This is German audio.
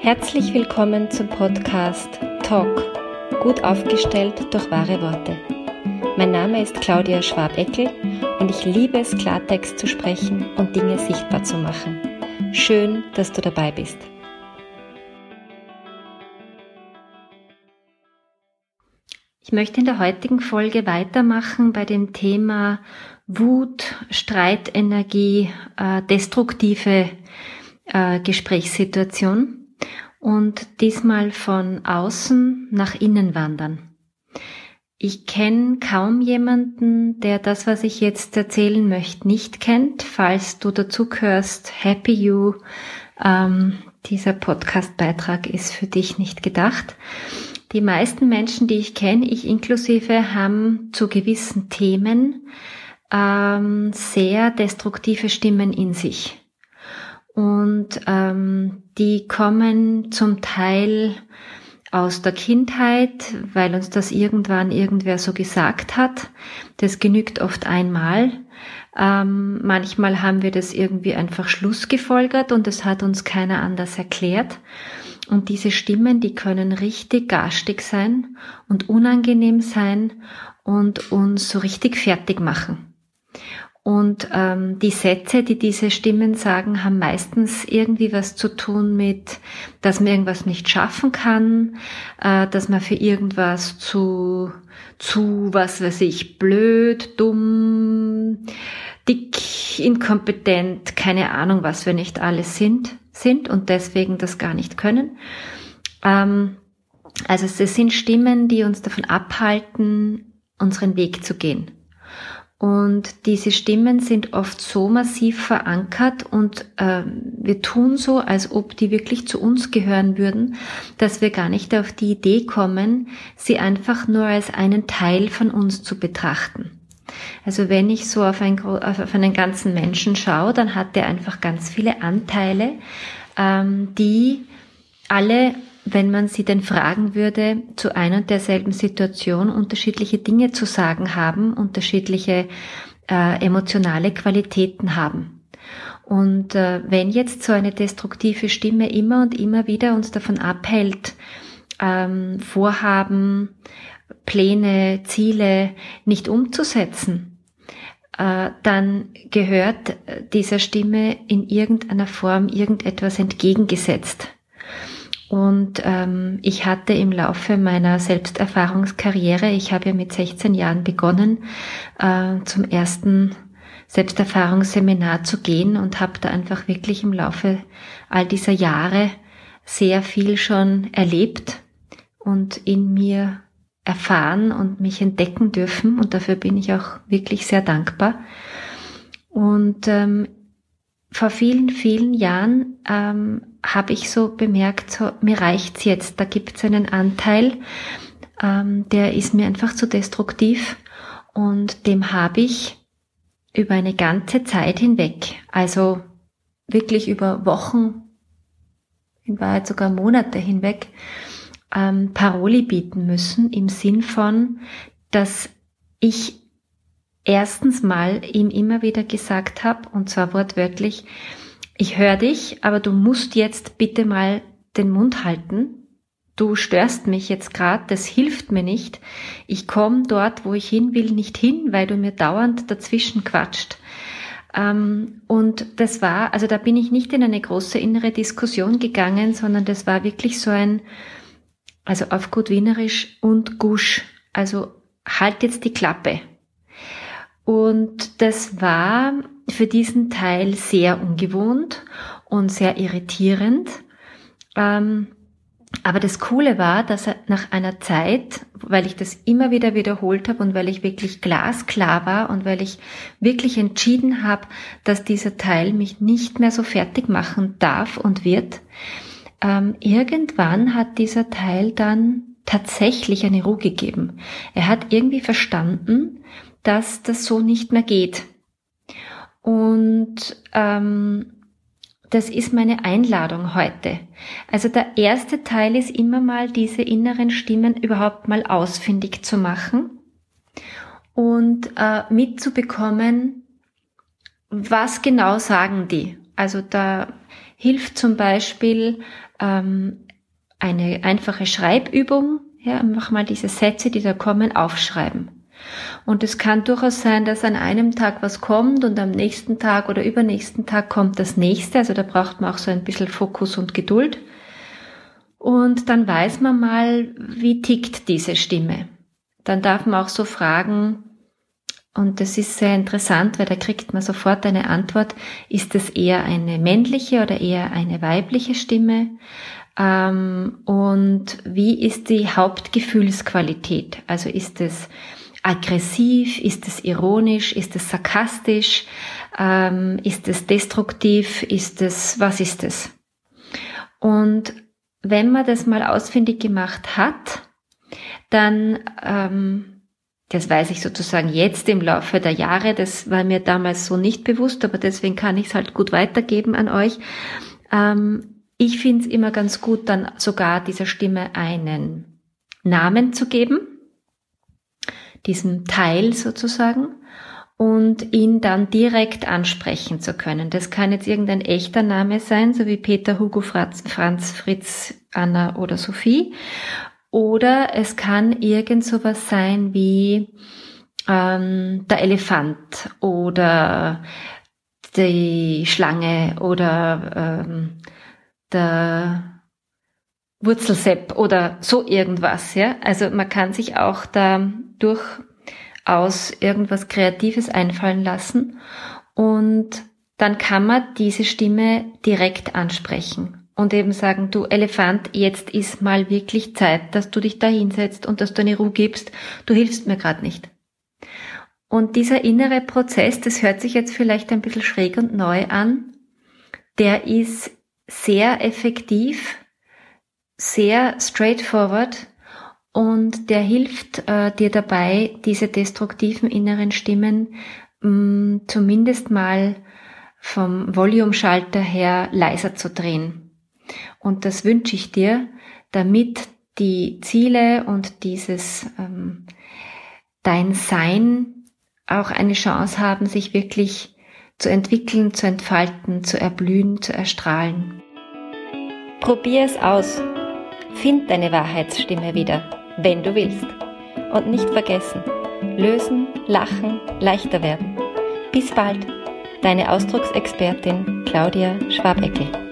Herzlich willkommen zum Podcast Talk, gut aufgestellt durch wahre Worte. Mein Name ist Claudia Schwab-Eckel und ich liebe es, Klartext zu sprechen und Dinge sichtbar zu machen. Schön, dass du dabei bist. Ich möchte in der heutigen Folge weitermachen bei dem Thema Wut, Streitenergie, destruktive Gesprächssituation. Und diesmal von außen nach innen wandern. Ich kenne kaum jemanden, der das, was ich jetzt erzählen möchte, nicht kennt. Falls du dazu gehörst, happy you, dieser Podcast-Beitrag ist für dich nicht gedacht. Die meisten Menschen, die ich kenne, ich inklusive, haben zu gewissen Themen sehr destruktive Stimmen in sich. Und die kommen zum Teil aus der Kindheit, weil uns das irgendwann irgendwer so gesagt hat. Das genügt oft einmal. Manchmal haben wir das irgendwie einfach schlussgefolgert und es hat uns keiner anders erklärt. Und diese Stimmen, die können richtig garstig sein und unangenehm sein und uns so richtig fertig machen. Und die Sätze, die diese Stimmen sagen, haben meistens irgendwie was zu tun mit, dass man irgendwas nicht schaffen kann, dass man für irgendwas zu was weiß ich, blöd, dumm, dick, inkompetent, keine Ahnung, was wir nicht alles sind und deswegen das gar nicht können. Also es sind Stimmen, die uns davon abhalten, unseren Weg zu gehen. Und diese Stimmen sind oft so massiv verankert und wir tun so, als ob die wirklich zu uns gehören würden, dass wir gar nicht auf die Idee kommen, sie einfach nur als einen Teil von uns zu betrachten. Also wenn ich so auf einen ganzen Menschen schaue, dann hat der einfach ganz viele Anteile, die alle, wenn man sie denn fragen würde, zu einer und derselben Situation unterschiedliche Dinge zu sagen haben, unterschiedliche emotionale Qualitäten haben. Und wenn jetzt so eine destruktive Stimme immer und immer wieder uns davon abhält, Vorhaben, Pläne, Ziele nicht umzusetzen, dann gehört dieser Stimme in irgendeiner Form irgendetwas entgegengesetzt. Und ich hatte im Laufe meiner Selbsterfahrungskarriere, ich habe ja mit 16 Jahren begonnen, zum ersten Selbsterfahrungsseminar zu gehen und habe da einfach wirklich im Laufe all dieser Jahre sehr viel schon erlebt und in mir erfahren und mich entdecken dürfen. Und dafür bin ich auch wirklich sehr dankbar. Und vor vielen, vielen Jahren habe ich so bemerkt, so, mir reicht's jetzt, da gibt's einen Anteil, der ist mir einfach zu destruktiv und dem habe ich über eine ganze Zeit hinweg, also wirklich über Wochen, in Wahrheit sogar Monate hinweg, Paroli bieten müssen im Sinn von, dass ich erstens mal ihm immer wieder gesagt habe, und zwar wortwörtlich, ich höre dich, aber du musst jetzt bitte mal den Mund halten. Du störst mich jetzt gerade, das hilft mir nicht. Ich komme dort, wo ich hin will, nicht hin, weil du mir dauernd dazwischen quatscht. Und das war, also da bin ich nicht in eine große innere Diskussion gegangen, sondern das war wirklich so ein, also auf gut Wienerisch und gusch, also halt jetzt die Klappe. Und das war für diesen Teil sehr ungewohnt und sehr irritierend. Aber das Coole war, dass er nach einer Zeit, weil ich das immer wieder wiederholt habe und weil ich wirklich glasklar war und weil ich wirklich entschieden habe, dass dieser Teil mich nicht mehr so fertig machen darf und wird, irgendwann hat dieser Teil dann tatsächlich eine Ruhe gegeben. Er hat irgendwie verstanden, dass das so nicht mehr geht. Und das ist meine Einladung heute. Also der erste Teil ist immer mal diese inneren Stimmen überhaupt mal ausfindig zu machen und mitzubekommen, was genau sagen die. Also da hilft zum Beispiel eine einfache Schreibübung, ja, einfach mal diese Sätze, die da kommen, aufschreiben. Und es kann durchaus sein, dass an einem Tag was kommt und am nächsten Tag oder übernächsten Tag kommt das nächste. Also da braucht man auch so ein bisschen Fokus und Geduld. Und dann weiß man mal, wie tickt diese Stimme. Dann darf man auch so fragen, und das ist sehr interessant, weil da kriegt man sofort eine Antwort, ist es eher eine männliche oder eher eine weibliche Stimme? Und wie ist die Hauptgefühlsqualität? Also ist es aggressiv, ist es ironisch, ist es sarkastisch, ist es destruktiv, was ist es? Und wenn man das mal ausfindig gemacht hat, dann, das weiß ich sozusagen jetzt im Laufe der Jahre, das war mir damals so nicht bewusst, aber deswegen kann ich es halt gut weitergeben an euch. Ich finde es immer ganz gut, dann sogar dieser Stimme einen Namen zu geben, diesem Teil sozusagen, und ihn dann direkt ansprechen zu können. Das kann jetzt irgendein echter Name sein, so wie Peter, Hugo, Franz, Fritz, Anna oder Sophie. Oder es kann irgend sowas sein wie der Elefant oder die Schlange oder der Wurzelsepp oder so irgendwas, ja. Also man kann sich auch da durchaus irgendwas Kreatives einfallen lassen und dann kann man diese Stimme direkt ansprechen und eben sagen, du Elefant, jetzt ist mal wirklich Zeit, dass du dich da hinsetzt und dass du eine Ruhe gibst, du hilfst mir gerade nicht. Und dieser innere Prozess, das hört sich jetzt vielleicht ein bisschen schräg und neu an, der ist sehr effektiv, sehr straightforward und der hilft dir dabei, diese destruktiven inneren Stimmen zumindest mal vom Volumeschalter her leiser zu drehen. Und das wünsche ich dir, damit die Ziele und dieses dein Sein auch eine Chance haben, sich wirklich zu entwickeln, zu entfalten, zu erblühen, zu erstrahlen. Probier es aus. Find deine Wahrheitsstimme wieder, wenn du willst. Und nicht vergessen, lösen, lachen, leichter werden. Bis bald, deine Ausdrucksexpertin Claudia Schwabeckel.